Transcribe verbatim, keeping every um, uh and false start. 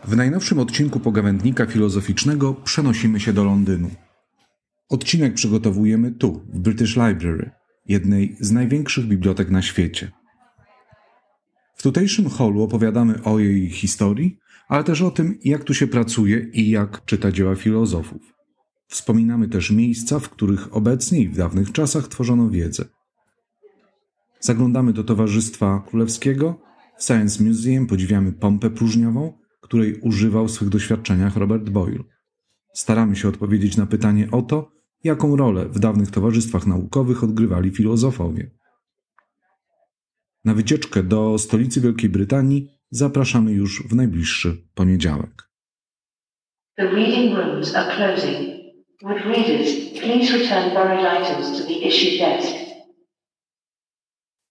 W najnowszym odcinku Pogawędnika Filozoficznego przenosimy się do Londynu. Odcinek przygotowujemy tu, w British Library, jednej z największych bibliotek na świecie. W tutejszym holu opowiadamy o jej historii, ale też o tym, jak tu się pracuje i jak czyta dzieła filozofów. Wspominamy też miejsca, w których obecnie i w dawnych czasach tworzono wiedzę. Zaglądamy do Towarzystwa Królewskiego, w Science Museum podziwiamy pompę próżniową, której używał w swych doświadczeniach Robert Boyle. Staramy się odpowiedzieć na pytanie o to, jaką rolę w dawnych towarzystwach naukowych odgrywali filozofowie. Na wycieczkę do stolicy Wielkiej Brytanii zapraszamy już w najbliższy poniedziałek. The reading rooms are closing. Would readers please return borrowed items to the issue desk?